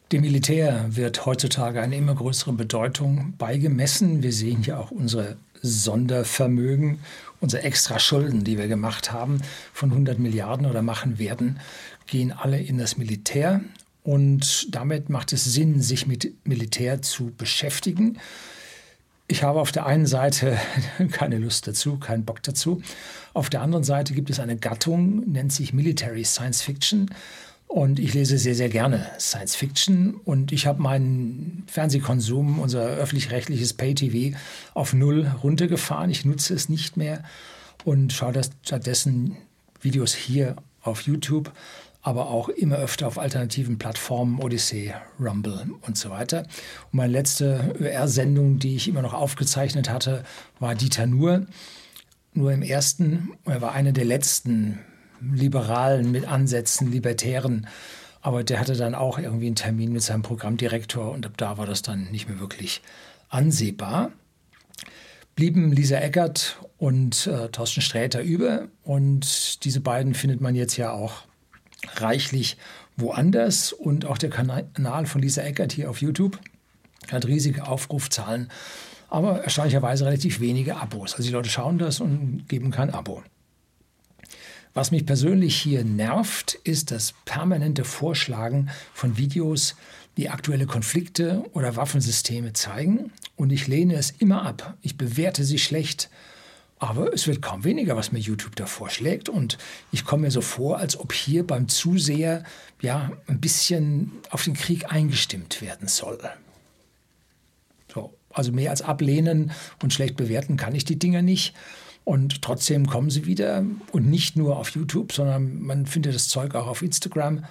Dem Militär wird heutzutage eine immer größere Bedeutung beigemessen. Wir sehen hier auch unsere Sondervermögen, unsere Extraschulden, die wir gemacht haben, von 100 Milliarden oder machen werden, gehen alle in das Militär. Und damit macht es Sinn, sich mit Militär zu beschäftigen. Ich habe auf der einen Seite keine Lust dazu, keinen Bock dazu. Auf der anderen Seite gibt es eine Gattung, nennt sich Military Science Fiction. Und ich lese sehr, sehr gerne Science Fiction. Und ich habe meinen Fernsehkonsum, unser öffentlich-rechtliches Pay-TV, auf 0 runtergefahren. Ich nutze es nicht mehr und schaue stattdessen Videos hier auf YouTube, aber auch immer öfter auf alternativen Plattformen, Odyssey, Rumble und so weiter. Und meine letzte ÖR-Sendung, die ich immer noch aufgezeichnet hatte, war Dieter Nuhr. Nur im ersten, er war einer der letzten Liberalen mit Ansätzen, Libertären, aber der hatte dann auch irgendwie einen Termin mit seinem Programmdirektor und ab da war das dann nicht mehr wirklich ansehbar. Blieben Lisa Eckert und Thorsten Sträter über und diese beiden findet man jetzt ja auch reichlich woanders und auch der Kanal von Lisa Eckert hier auf YouTube hat riesige Aufrufzahlen, aber erstaunlicherweise relativ wenige Abos. Also die Leute schauen das und geben kein Abo. Was mich persönlich hier nervt, ist das permanente Vorschlagen von Videos, die aktuelle Konflikte oder Waffensysteme zeigen. Und ich lehne es immer ab. Ich bewerte sie schlecht. Aber es wird kaum weniger, was mir YouTube da vorschlägt. Und ich komme mir so vor, als ob hier beim Zuseher ja ein bisschen auf den Krieg eingestimmt werden soll. So, also mehr als ablehnen und schlecht bewerten kann ich die Dinger nicht. Und trotzdem kommen sie wieder und nicht nur auf YouTube, sondern man findet das Zeug auch auf Instagram.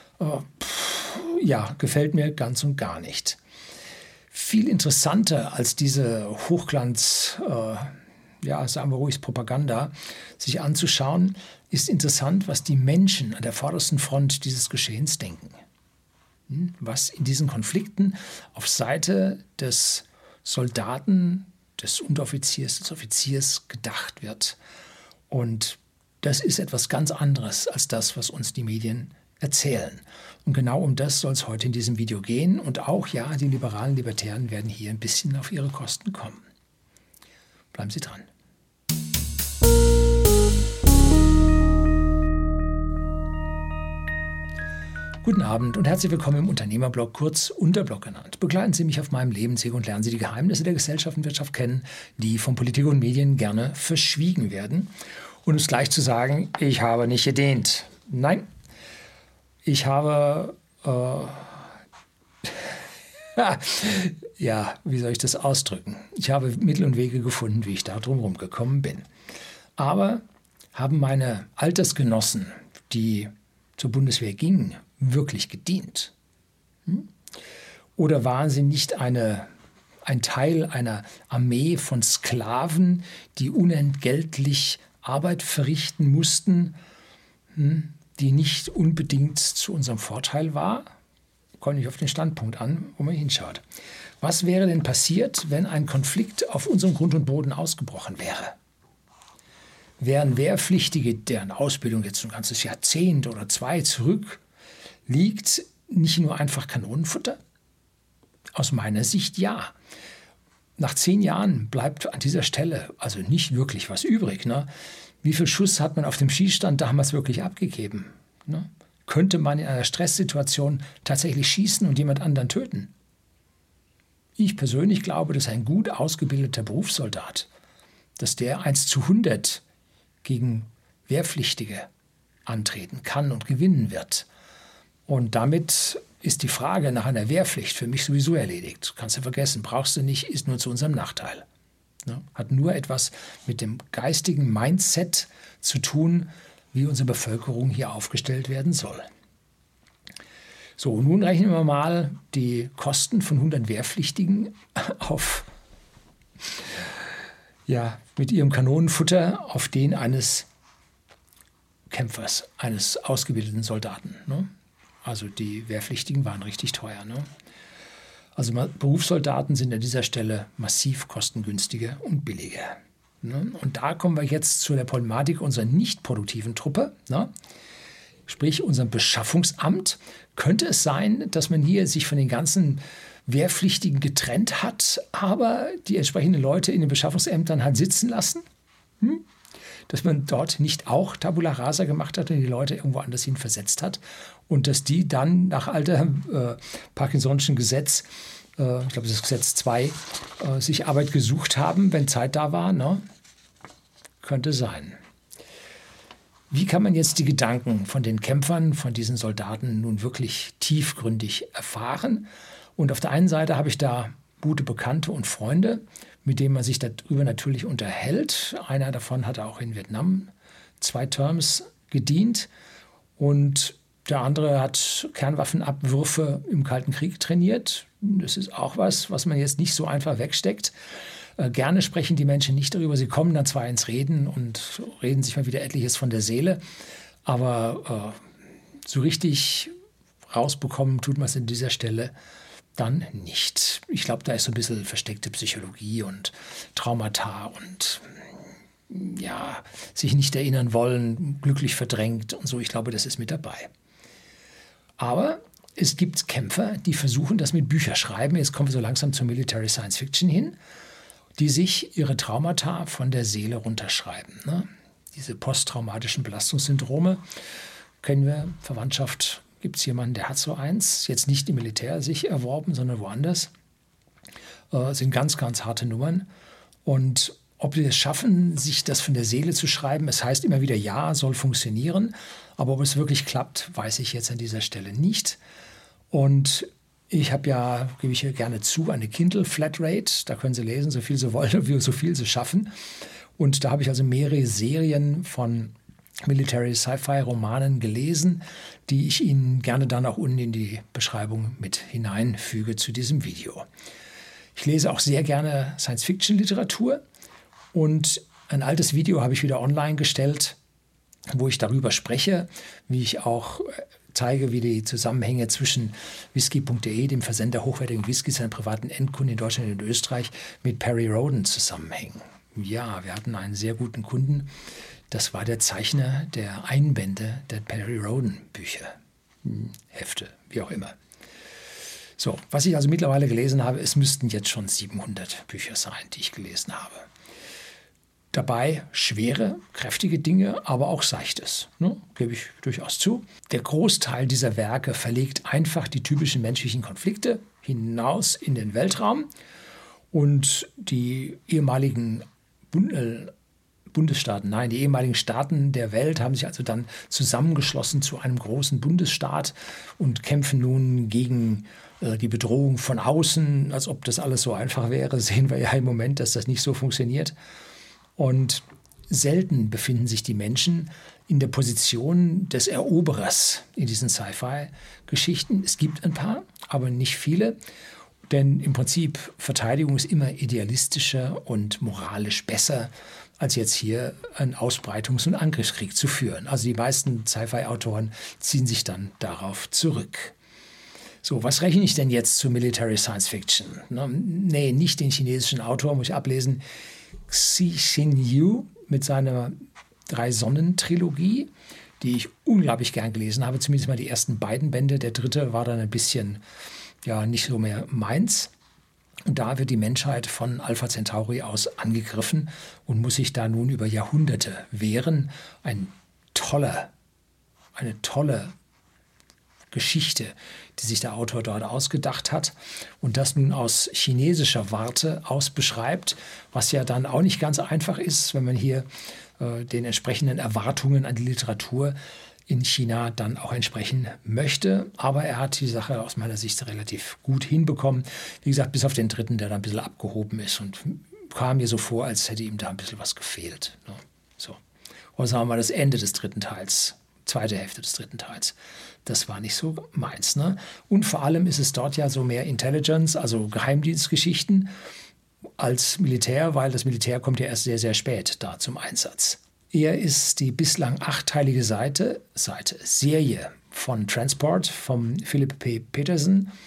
Ja, gefällt mir ganz und gar nicht. Viel interessanter als diese Hochglanz, sagen wir ruhig Propaganda, sich anzuschauen, ist interessant, was die Menschen an der vordersten Front dieses Geschehens denken. Was in diesen Konflikten auf Seite des Soldaten, des Unteroffiziers, des Offiziers gedacht wird. Und das ist etwas ganz anderes als das, was uns die Medien erzählen. Und genau um das soll es heute in diesem Video gehen. Und auch, ja, die liberalen Libertären werden hier ein bisschen auf ihre Kosten kommen. Bleiben Sie dran. Guten Abend und herzlich willkommen im Unternehmerblog, kurz Unterblog genannt. Begleiten Sie mich auf meinem Lebensweg und lernen Sie die Geheimnisse der Gesellschaft und Wirtschaft kennen, die von Politik und Medien gerne verschwiegen werden. Und es gleich zu sagen, ich habe nicht gedehnt. Nein, ich habe, ja, wie soll ich das ausdrücken? Ich habe Mittel und Wege gefunden, wie ich da drum rumgekommen bin. Aber haben meine Altersgenossen, die zur Bundeswehr gingen, wirklich gedient? Oder waren sie nicht ein Teil einer Armee von Sklaven, die unentgeltlich Arbeit verrichten mussten, die nicht unbedingt zu unserem Vorteil war? Kommt nicht auf den Standpunkt an, wo man hinschaut. Was wäre denn passiert, wenn ein Konflikt auf unserem Grund und Boden ausgebrochen wäre? Wären Wehrpflichtige, deren Ausbildung jetzt ein ganzes Jahrzehnt oder 2 zurückliegt, nicht nur einfach Kanonenfutter? Aus meiner Sicht ja. Nach 10 Jahren bleibt an dieser Stelle also nicht wirklich was übrig. Ne? Wie viel Schuss hat man auf dem Schießstand damals wirklich abgegeben? Ne? Könnte man in einer Stresssituation tatsächlich schießen und jemand anderen töten? Ich persönlich glaube, dass ein gut ausgebildeter Berufssoldat, dass der 1:100 gegen Wehrpflichtige antreten kann und gewinnen wird. Und damit ist die Frage nach einer Wehrpflicht für mich sowieso erledigt. Kannst du vergessen, brauchst du nicht, ist nur zu unserem Nachteil. Hat nur etwas mit dem geistigen Mindset zu tun, wie unsere Bevölkerung hier aufgestellt werden soll. So, nun rechnen wir mal die Kosten von 100 Wehrpflichtigen auf, ja, mit ihrem Kanonenfutter auf den eines Kämpfers, eines ausgebildeten Soldaten. Ne? Also die Wehrpflichtigen waren richtig teuer. Ne? Also Berufssoldaten sind an dieser Stelle massiv kostengünstiger und billiger. Ne? Und da kommen wir jetzt zu der Problematik unserer nicht produktiven Truppe. Ne? sprich unserem Beschaffungsamt. Könnte es sein, dass man hier sich von den ganzen Wehrpflichtigen getrennt hat, aber die entsprechenden Leute in den Beschaffungsämtern hat sitzen lassen? Dass man dort nicht auch Tabula Rasa gemacht hat und die Leute irgendwo anders hin versetzt hat und dass die dann nach altem Parkinson'schen Gesetz, ich glaube das ist Gesetz 2, sich Arbeit gesucht haben, wenn Zeit da war, ne? Könnte sein. Wie kann man jetzt die Gedanken von den Kämpfern, von diesen Soldaten nun wirklich tiefgründig erfahren? Und auf der einen Seite habe ich da gute Bekannte und Freunde, mit denen man sich darüber natürlich unterhält. Einer davon hat auch in Vietnam 2 Terms gedient und der andere hat Kernwaffenabwürfe im Kalten Krieg trainiert. Das ist auch was man jetzt nicht so einfach wegsteckt. Gerne sprechen die Menschen nicht darüber. Sie kommen dann zwar ins Reden und reden sich mal wieder etliches von der Seele, aber so richtig rausbekommen tut man es an dieser Stelle dann nicht. Ich glaube, da ist so ein bisschen versteckte Psychologie und Traumata und ja, sich nicht erinnern wollen, glücklich verdrängt und so. Ich glaube, das ist mit dabei. Aber es gibt Kämpfer, die versuchen das mit Bücherschreiben. Jetzt kommen wir so langsam zur Military Science Fiction hin, die sich ihre Traumata von der Seele runterschreiben. Ne? Diese posttraumatischen Belastungssyndrome kennen wir, Verwandtschaft. Gibt es jemanden, der hat so eins, jetzt nicht im Militär sich erworben, sondern woanders. Sind ganz, ganz harte Nummern. Und ob wir es schaffen, sich das von der Seele zu schreiben, es heißt immer wieder, ja, soll funktionieren. Aber ob es wirklich klappt, weiß ich jetzt an dieser Stelle nicht. Und ich habe ja, gebe ich hier gerne zu, eine Kindle Flatrate. Da können Sie lesen, so viel Sie wollen, so viel Sie schaffen. Und da habe ich also mehrere Serien von Military Sci-Fi-Romanen gelesen, die ich Ihnen gerne dann auch unten in die Beschreibung mit hineinfüge zu diesem Video. Ich lese auch sehr gerne Science-Fiction-Literatur und ein altes Video habe ich wieder online gestellt, wo ich darüber spreche, wie ich auch zeige, wie die Zusammenhänge zwischen whisky.de, dem Versender hochwertigen Whiskys an privaten Endkunden in Deutschland und in Österreich, mit Perry Rhodan zusammenhängen. Ja, wir hatten einen sehr guten Kunden. Das war der Zeichner der Einbände der Perry Rhodan Bücher, Hefte, wie auch immer. So, was ich also mittlerweile gelesen habe, es müssten jetzt schon 700 Bücher sein, die ich gelesen habe. Dabei schwere, kräftige Dinge, aber auch Seichtes, ne? Gebe ich durchaus zu. Der Großteil dieser Werke verlegt einfach die typischen menschlichen Konflikte hinaus in den Weltraum und die ehemaligen Bundesstaaten, nein, die ehemaligen Staaten der Welt haben sich also dann zusammengeschlossen zu einem großen Bundesstaat und kämpfen nun gegen die Bedrohung von außen, als ob das alles so einfach wäre. Sehen wir ja im Moment, dass das nicht so funktioniert. Und selten befinden sich die Menschen in der Position des Eroberers in diesen Sci-Fi-Geschichten. Es gibt ein paar, aber nicht viele. Denn im Prinzip Verteidigung ist immer idealistischer und moralisch besser, als jetzt hier einen Ausbreitungs- und Angriffskrieg zu führen. Also die meisten Sci-Fi-Autoren ziehen sich dann darauf zurück. So, was rechne ich denn jetzt zu Military Science Fiction? Nee, nicht den chinesischen Autor, muss ich ablesen. Cixin Liu mit seiner 3-Sonnen-Trilogie, die ich unglaublich gern gelesen habe, zumindest mal die ersten beiden Bände. Der dritte war dann ein bisschen, ja, nicht so mehr meins. Und da wird die Menschheit von Alpha Centauri aus angegriffen und muss sich da nun über Jahrhunderte wehren. Eine tolle Geschichte, die sich der Autor dort ausgedacht hat und das nun aus chinesischer Warte aus beschreibt, was ja dann auch nicht ganz einfach ist, wenn man hier den entsprechenden Erwartungen an die Literatur in China dann auch entsprechen möchte. Aber er hat die Sache aus meiner Sicht relativ gut hinbekommen. Wie gesagt, bis auf den dritten, der da ein bisschen abgehoben ist und kam mir so vor, als hätte ihm da ein bisschen was gefehlt. Ne? So. Und sagen wir mal das Ende des dritten Teils, zweite Hälfte des dritten Teils. Das war nicht so meins. Ne? Und vor allem ist es dort ja so mehr Intelligence, also Geheimdienstgeschichten als Militär, weil das Militär kommt ja erst sehr, sehr spät da zum Einsatz. Er ist die bislang 8-teilige Serie von Transport, vom Philip P. Peterson,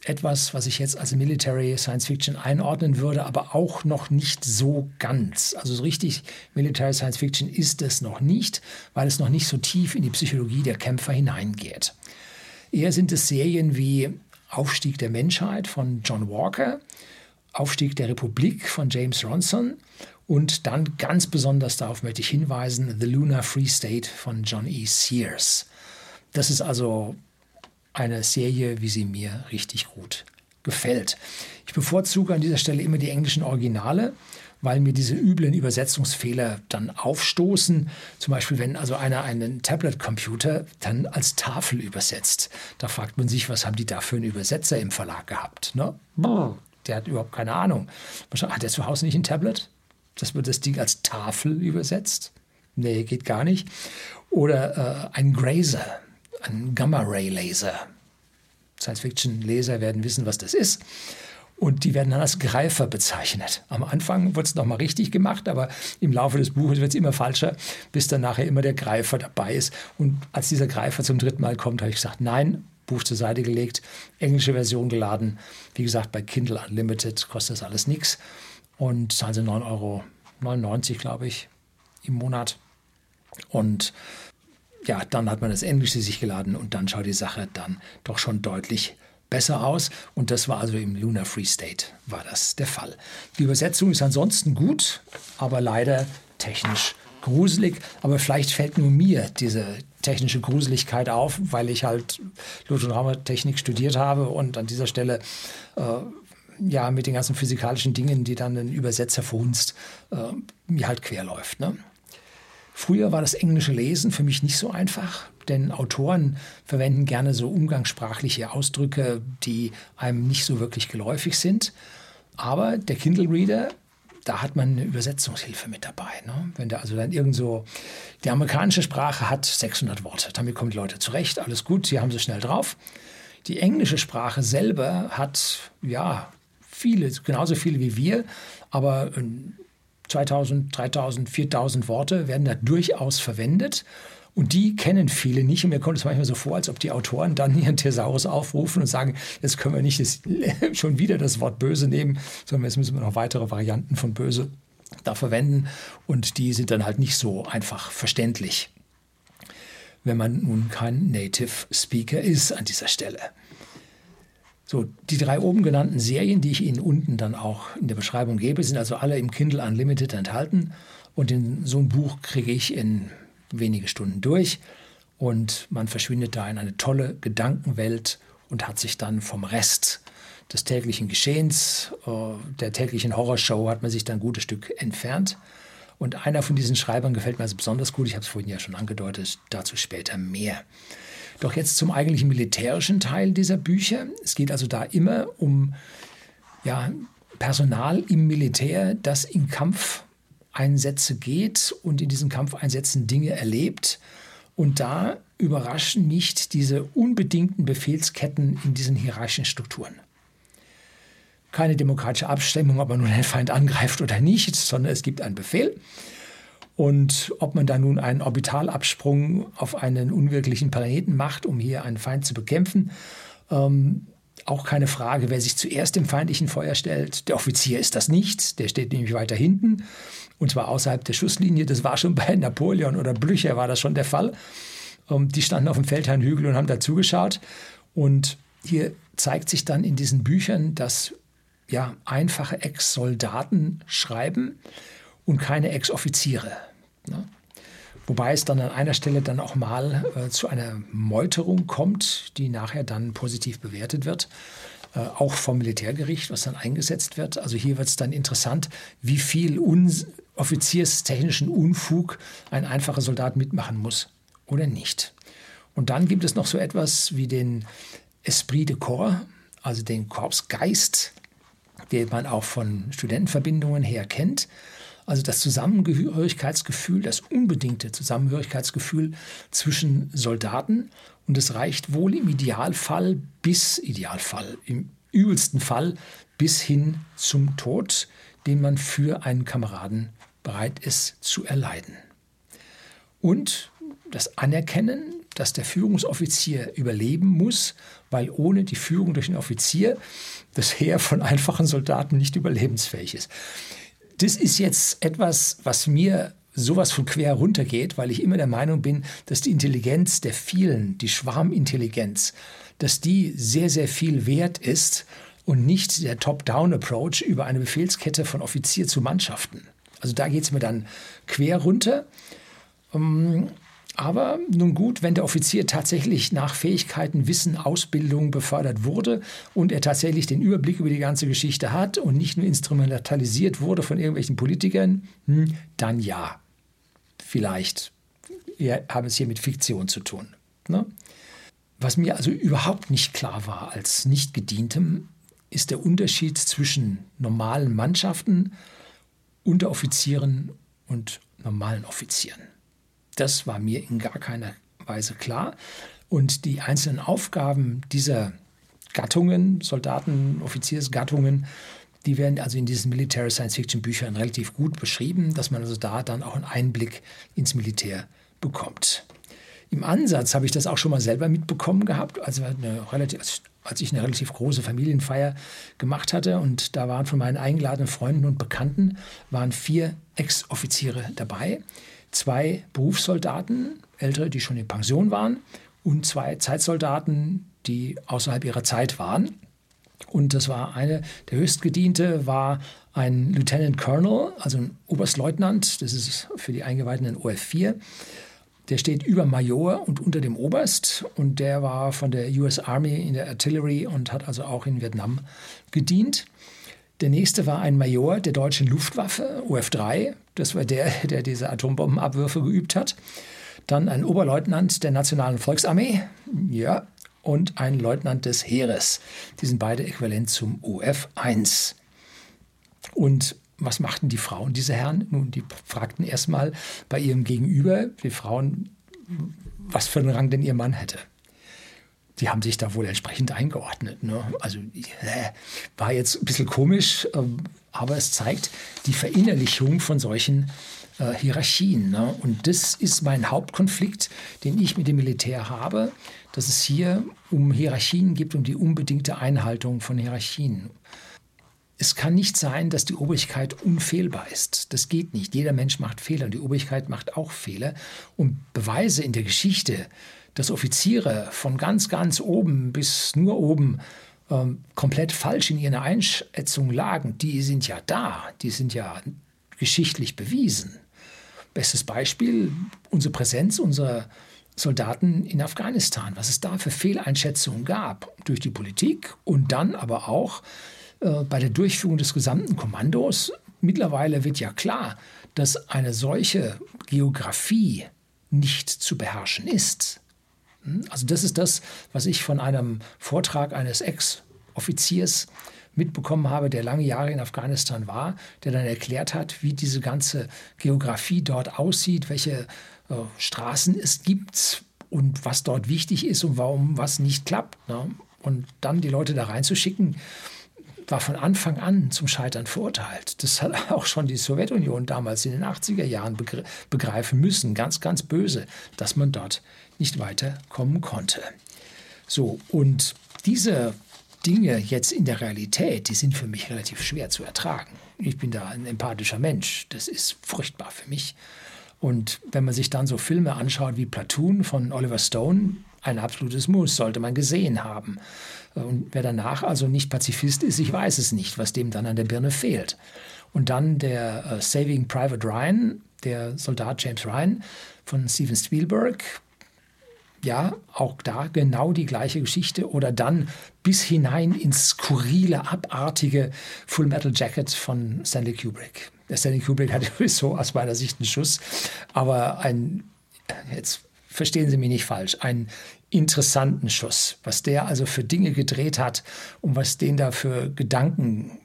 etwas, was ich jetzt als Military Science Fiction einordnen würde, aber auch noch nicht so ganz. Also so richtig Military Science Fiction ist es noch nicht, weil es noch nicht so tief in die Psychologie der Kämpfer hineingeht. Eher sind es Serien wie Aufstieg der Menschheit von John Walker, Aufstieg der Republik von James Ronson und dann ganz besonders, darauf möchte ich hinweisen, The Lunar Free State von John E. Sears. Das ist also eine Serie, wie sie mir richtig gut gefällt. Ich bevorzuge an dieser Stelle immer die englischen Originale, weil mir diese üblen Übersetzungsfehler dann aufstoßen. Zum Beispiel, wenn also einer einen Tablet-Computer dann als Tafel übersetzt. Da fragt man sich, was haben die da für einen Übersetzer im Verlag gehabt? Ne? Der hat überhaupt keine Ahnung. Hat der zu Hause nicht ein Tablet? Das wird das Ding als Tafel übersetzt? Nee, geht gar nicht. Oder ein Grazer, ein Gamma-Ray-Laser. Science-Fiction-Leser werden wissen, was das ist. Und die werden dann als Greifer bezeichnet. Am Anfang wird es nochmal richtig gemacht, aber im Laufe des Buches wird es immer falscher, bis dann nachher immer der Greifer dabei ist. Und als dieser Greifer zum 3. Mal kommt, habe ich gesagt, nein, Buch zur Seite gelegt, englische Version geladen. Wie gesagt, bei Kindle Unlimited kostet das alles nichts. Und zahlen sie 9,99 €, glaube ich, im Monat. Und ja, dann hat man das Englische sich geladen und dann schaut die Sache dann doch schon deutlich besser aus. Und das war also im Lunar Free State war das der Fall. Die Übersetzung ist ansonsten gut, aber leider technisch gruselig. Aber vielleicht fällt nur mir diese technische Gruseligkeit auf, weil ich halt Luft- und Raumtechnik studiert habe und an dieser Stelle ja mit den ganzen physikalischen Dingen, die dann ein Übersetzer verhunzt, mir halt querläuft. Ne? Früher war das englische Lesen für mich nicht so einfach, denn Autoren verwenden gerne so umgangssprachliche Ausdrücke, die einem nicht so wirklich geläufig sind. Aber der Kindle Reader, da hat man eine Übersetzungshilfe mit dabei. Ne? Wenn der also dann die amerikanische Sprache hat 600 Worte, damit kommen die Leute zurecht, alles gut, sie haben sie schnell drauf. Die englische Sprache selber hat, ja, genauso viele wie wir, aber 2000, 3000, 4000 Worte werden da durchaus verwendet. Und die kennen viele nicht. Und mir kommt es manchmal so vor, als ob die Autoren dann ihren Thesaurus aufrufen und sagen, jetzt können wir nicht schon wieder das Wort böse nehmen, sondern jetzt müssen wir noch weitere Varianten von böse da verwenden. Und die sind dann halt nicht so einfach verständlich, wenn man nun kein Native Speaker ist an dieser Stelle. So, die 3 oben genannten Serien, die ich Ihnen unten dann auch in der Beschreibung gebe, sind also alle im Kindle Unlimited enthalten. Und so ein Buch kriege ich in wenige Stunden durch. Und man verschwindet da in eine tolle Gedankenwelt und hat sich dann vom Rest des täglichen Geschehens, der täglichen Horrorshow, hat man sich dann ein gutes Stück entfernt. Und einer von diesen Schreibern gefällt mir also besonders gut. Ich habe es vorhin ja schon angedeutet, dazu später mehr. Doch jetzt zum eigentlichen militärischen Teil dieser Bücher. Es geht also da immer um Personal im Militär, das in Kampfeinsätze geht und in diesen Kampfeinsätzen Dinge erlebt. Und da überraschen nicht diese unbedingten Befehlsketten in diesen hierarchischen Strukturen. Keine demokratische Abstimmung, ob man nun den Feind angreift oder nicht, sondern es gibt einen Befehl. Und ob man da nun einen Orbitalabsprung auf einen unwirklichen Planeten macht, um hier einen Feind zu bekämpfen, auch keine Frage, wer sich zuerst dem feindlichen Feuer stellt. Der Offizier ist das nicht, der steht nämlich weiter hinten, und zwar außerhalb der Schusslinie. Das war schon bei Napoleon oder Blücher war das schon der Fall. Die standen auf dem Feldherrnhügel und haben da zugeschaut. Und hier zeigt sich dann in diesen Büchern, dass einfache Ex-Soldaten schreiben und keine Ex-Offiziere. Ne? Wobei es dann an einer Stelle dann auch mal zu einer Meuterung kommt, die nachher dann positiv bewertet wird, auch vom Militärgericht, was dann eingesetzt wird. Also hier wird es dann interessant, wie viel offizierstechnischen Unfug ein einfacher Soldat mitmachen muss oder nicht. Und dann gibt es noch so etwas wie den Esprit de Corps, also den Korpsgeist, den man auch von Studentenverbindungen her kennt. Also das Zusammengehörigkeitsgefühl, das unbedingte Zusammenhörigkeitsgefühl zwischen Soldaten. Und es reicht wohl im im übelsten Fall bis hin zum Tod, den man für einen Kameraden bereit ist zu erleiden. Und das Anerkennen, dass der Führungsoffizier überleben muss, weil ohne die Führung durch den Offizier das Heer von einfachen Soldaten nicht überlebensfähig ist. Das ist jetzt etwas, was mir sowas von quer runtergeht, weil ich immer der Meinung bin, dass die Intelligenz der vielen, die Schwarmintelligenz, dass die sehr, sehr viel wert ist und nicht der Top-Down-Approach über eine Befehlskette von Offizier zu Mannschaften. Also da geht es mir dann quer runter. Aber nun gut, wenn der Offizier tatsächlich nach Fähigkeiten, Wissen, Ausbildung befördert wurde und er tatsächlich den Überblick über die ganze Geschichte hat und nicht nur instrumentalisiert wurde von irgendwelchen Politikern, dann ja, vielleicht. Wir haben es hier mit Fiktion zu tun. Ne? Was mir also überhaupt nicht klar war als Nicht-Gedientem, ist der Unterschied zwischen normalen Mannschaften, Unteroffizieren und normalen Offizieren. Das war mir in gar keiner Weise klar. Und die einzelnen Aufgaben dieser Gattungen, Soldaten, Offiziersgattungen, die werden also in diesen Military Science-Fiction-Büchern relativ gut beschrieben, dass man also da dann auch einen Einblick ins Militär bekommt. Im Ansatz habe ich das auch schon mal selber mitbekommen gehabt, als ich eine relativ große Familienfeier gemacht hatte. Und da waren von meinen eingeladenen Freunden und Bekannten waren 4 Ex-Offiziere dabei. 2 Berufssoldaten, ältere, die schon in Pension waren, und 2 Zeitsoldaten, die außerhalb ihrer Zeit waren. Und das war der Höchstgediente war ein Lieutenant Colonel, also ein Oberstleutnant, das ist für die Eingeweihten ein OF4. Der steht über Major und unter dem Oberst, und der war von der US Army in der Artillery und hat also auch in Vietnam gedient. Der nächste war ein Major der deutschen Luftwaffe, OF3. Das war der diese Atombombenabwürfe geübt hat. Dann ein Oberleutnant der Nationalen Volksarmee, ja, und ein Leutnant des Heeres. Die sind beide äquivalent zum OF1. Und was machten die Frauen, diese Herren? Nun, die fragten erstmal bei ihrem Gegenüber, die Frauen, was für einen Rang denn ihr Mann hätte. Die haben sich da wohl entsprechend eingeordnet. Ne? Also war jetzt ein bisschen komisch, aber es zeigt die Verinnerlichung von solchen Hierarchien. Ne? Und das ist mein Hauptkonflikt, den ich mit dem Militär habe, dass es hier um Hierarchien geht, um die unbedingte Einhaltung von Hierarchien. Es kann nicht sein, dass die Obrigkeit unfehlbar ist. Das geht nicht. Jeder Mensch macht Fehler und die Obrigkeit macht auch Fehler. Und Beweise in der Geschichte, dass Offiziere von ganz, ganz oben bis nur oben komplett falsch in ihrer Einschätzung lagen, die sind ja da. Die sind ja geschichtlich bewiesen. Bestes Beispiel, unsere Präsenz unserer Soldaten in Afghanistan. Was es da für Fehleinschätzungen gab durch die Politik und dann aber auch bei der Durchführung des gesamten Kommandos. Mittlerweile wird ja klar, dass eine solche Geografie nicht zu beherrschen ist. Also das ist das, was ich von einem Vortrag eines Ex-Offiziers mitbekommen habe, der lange Jahre in Afghanistan war, der dann erklärt hat, wie diese ganze Geografie dort aussieht, welche Straßen es gibt und was dort wichtig ist und warum was nicht klappt. Ne? Und dann die Leute da reinzuschicken, war von Anfang an zum Scheitern verurteilt. Das hat auch schon die Sowjetunion damals in den 80er Jahren begreifen müssen, ganz, ganz böse, dass man dort nicht weiterkommen konnte. So, und diese Dinge jetzt in der Realität, die sind für mich relativ schwer zu ertragen. Ich bin da ein empathischer Mensch, das ist furchtbar für mich. Und wenn man sich dann so Filme anschaut wie Platoon von Oliver Stone, ein absolutes Muss, sollte man gesehen haben. Und wer danach also nicht Pazifist ist, ich weiß es nicht, was dem dann an der Birne fehlt. Und dann der Saving Private Ryan, der Soldat James Ryan von Steven Spielberg. Ja, auch da genau die gleiche Geschichte. Oder dann bis hinein ins skurrile, abartige Full Metal Jacket von Stanley Kubrick. Der Stanley Kubrick hatte sowieso aus meiner Sicht einen Schuss, aber jetzt verstehen Sie mich nicht falsch, einen interessanten Schuss. Was der also für Dinge gedreht hat und was den da für Gedanken,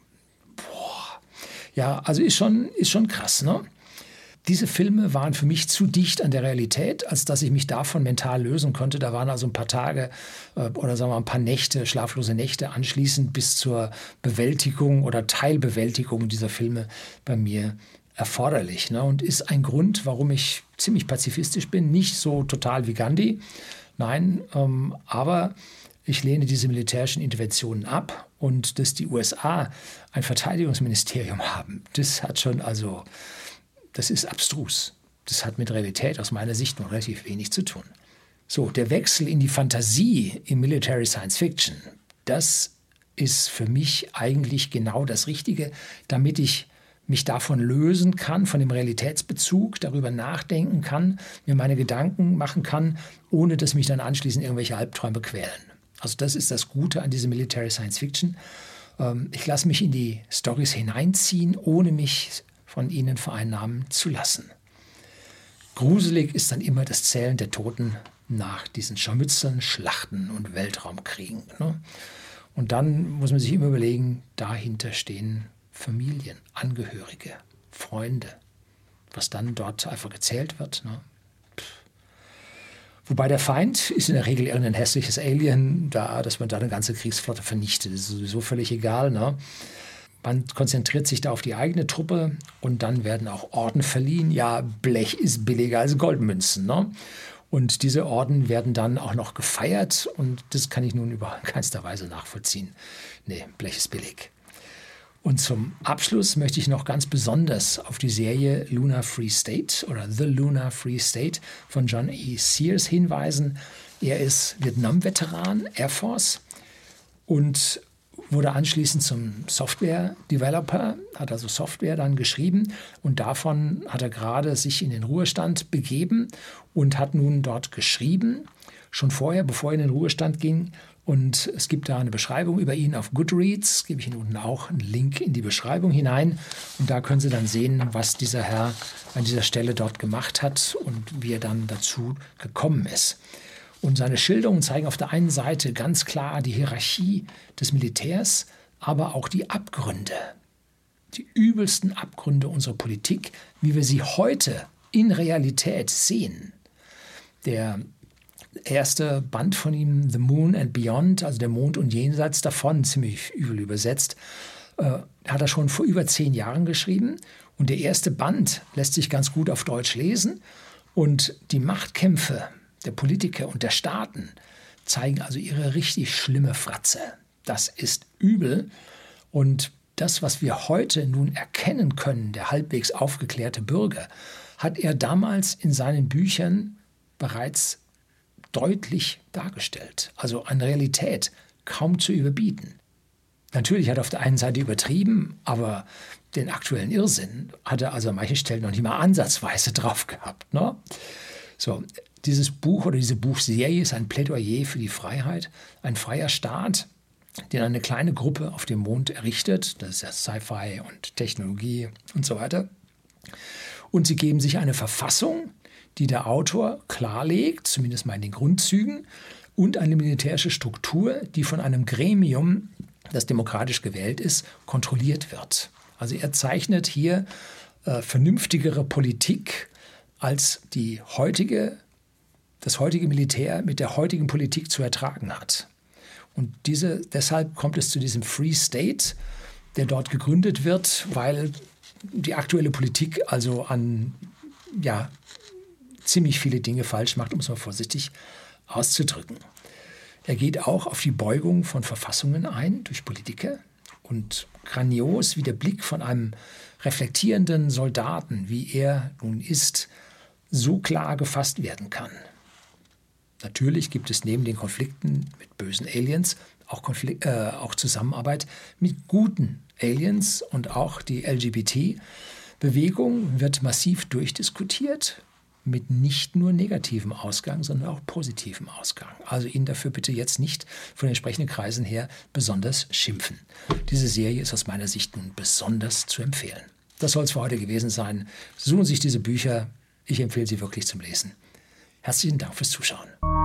ja, also ist schon krass, ne? Diese Filme waren für mich zu dicht an der Realität, als dass ich mich davon mental lösen konnte. Da waren also ein paar Tage oder sagen wir mal ein paar Nächte, schlaflose Nächte anschließend bis zur Bewältigung oder Teilbewältigung dieser Filme bei mir erforderlich. Ne? Und ist ein Grund, warum ich ziemlich pazifistisch bin. Nicht so total wie Gandhi, Nein, aber ich lehne diese militärischen Interventionen ab und dass die USA ein Verteidigungsministerium haben, das ist abstrus. Das hat mit Realität aus meiner Sicht noch relativ wenig zu tun. So, der Wechsel in die Fantasie im Military Science Fiction, das ist für mich eigentlich genau das Richtige, damit ich mich davon lösen kann, von dem Realitätsbezug, darüber nachdenken kann, mir meine Gedanken machen kann, ohne dass mich dann anschließend irgendwelche Albträume quälen. Also das ist das Gute an dieser Military Science Fiction. Ich lasse mich in die Storys hineinziehen, ohne mich von ihnen vereinnahmen zu lassen. Gruselig ist dann immer das Zählen der Toten nach diesen Scharmützeln, Schlachten und Weltraumkriegen. Ne? Und dann muss man sich immer überlegen, dahinter stehen Familien, Angehörige, Freunde, was dann dort einfach gezählt wird. Ne? Wobei der Feind ist in der Regel irgendein hässliches Alien, dass man da eine ganze Kriegsflotte vernichtet, ist sowieso völlig egal. Ne? Man konzentriert sich da auf die eigene Truppe und dann werden auch Orden verliehen. Ja, Blech ist billiger als Goldmünzen. Ne? Und diese Orden werden dann auch noch gefeiert und das kann ich nun über keinster Weise nachvollziehen. Nee, Blech ist billig. Und zum Abschluss möchte ich noch ganz besonders auf die Serie Lunar Free State oder The Lunar Free State von John E. Sears hinweisen. Er ist Vietnam-Veteran, Air Force und wurde anschließend zum Software-Developer, hat also Software dann geschrieben und davon hat er gerade sich in den Ruhestand begeben und hat nun dort geschrieben, schon vorher, bevor er in den Ruhestand ging. Und es gibt da eine Beschreibung über ihn auf Goodreads, gebe ich Ihnen unten auch einen Link in die Beschreibung hinein. Und da können Sie dann sehen, was dieser Herr an dieser Stelle dort gemacht hat und wie er dann dazu gekommen ist. Und seine Schilderungen zeigen auf der einen Seite ganz klar die Hierarchie des Militärs, aber auch die Abgründe, die übelsten Abgründe unserer Politik, wie wir sie heute in Realität sehen. Der erste Band von ihm, The Moon and Beyond, also der Mond und jenseits davon, ziemlich übel übersetzt, hat er schon vor über 10 Jahren geschrieben. Und der erste Band lässt sich ganz gut auf Deutsch lesen. Und die Machtkämpfe der Politiker und der Staaten zeigen also ihre richtig schlimme Fratze. Das ist übel. Und das, was wir heute nun erkennen können, der halbwegs aufgeklärte Bürger, hat er damals in seinen Büchern bereits deutlich dargestellt. Also an Realität kaum zu überbieten. Natürlich hat er auf der einen Seite übertrieben, aber den aktuellen Irrsinn hat er also an manchen Stellen noch nicht mal ansatzweise drauf gehabt. Ne? So, dieses Buch oder diese Buchserie ist ein Plädoyer für die Freiheit. Ein freier Staat, den eine kleine Gruppe auf dem Mond errichtet. Das ist ja Sci-Fi und Technologie und so weiter. Und sie geben sich eine Verfassung, die der Autor klarlegt, zumindest mal in den Grundzügen, und eine militärische Struktur, die von einem Gremium, das demokratisch gewählt ist, kontrolliert wird. Also er zeichnet hier vernünftigere Politik, als das heutige Militär mit der heutigen Politik zu ertragen hat. Und deshalb kommt es zu diesem Free State, der dort gegründet wird, weil die aktuelle Politik also ziemlich viele Dinge falsch macht, um es mal vorsichtig auszudrücken. Er geht auch auf die Beugung von Verfassungen ein durch Politiker und grandios, wie der Blick von einem reflektierenden Soldaten, wie er nun ist, so klar gefasst werden kann. Natürlich gibt es neben den Konflikten mit bösen Aliens auch Zusammenarbeit mit guten Aliens und auch die LGBT-Bewegung wird massiv durchdiskutiert mit nicht nur negativem Ausgang, sondern auch positivem Ausgang. Also Ihnen dafür bitte jetzt nicht von den entsprechenden Kreisen her besonders schimpfen. Diese Serie ist aus meiner Sicht nun besonders zu empfehlen. Das soll es für heute gewesen sein. Suchen Sie sich diese Bücher. Ich empfehle sie wirklich zum Lesen. Herzlichen Dank fürs Zuschauen.